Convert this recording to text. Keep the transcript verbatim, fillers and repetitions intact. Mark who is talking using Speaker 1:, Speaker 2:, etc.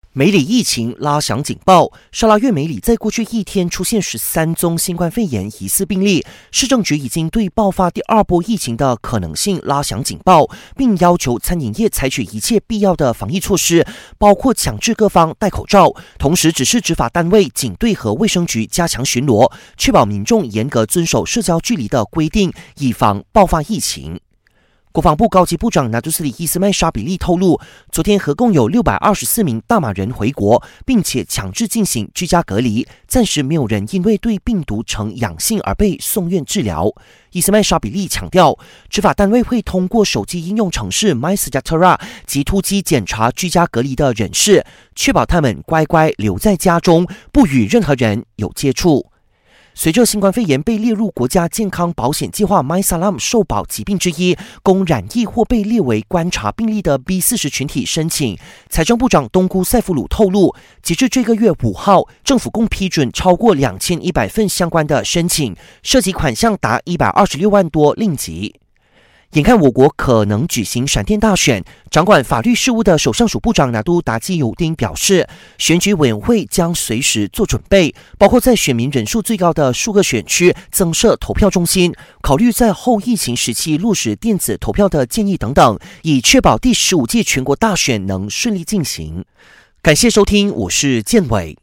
Speaker 1: 梅里疫情拉响警报，沙拉越梅里在过去一天出现十三宗新冠肺炎疑似病例，市政局已经对爆发第二波疫情的可能性拉响警报，并要求餐饮业采取一切必要的防疫措施，包括强制各方戴口罩，同时指示执法单位警队和卫生局加强巡逻，确保民众严格遵守社交距离的规定，以防爆发疫情。国防部高级部长拿督斯里伊斯麦沙比利透露，昨天合共有六百二十四名大马人回国，并且强制进行居家隔离，暂时没有人因为对病毒呈阳性而被送院治疗。伊斯麦沙比利强调，执法单位会通过手机应用程式 MySejahtera 及突击检查居家隔离的人士，确保他们乖乖留在家中，不与任何人有接触。随着新冠肺炎被列入国家健康保险计划 MySalam 受保疾病之一，供染疫或被列为观察病例的 B 四十 群体申请，财政部长东姑塞弗鲁透露，截至这个月五号，政府共批准超过两千一百份相关的申请，涉及款项达一百二十六万多令吉。眼看我国可能举行闪电大选，掌管法律事务的首相署部长拿督达基尤丁表示，选举委员会将随时做准备，包括在选民人数最高的数个选区增设投票中心，考虑在后疫情时期落实电子投票的建议等等，以确保第十五届全国大选能顺利进行。感谢收听，我是建伟。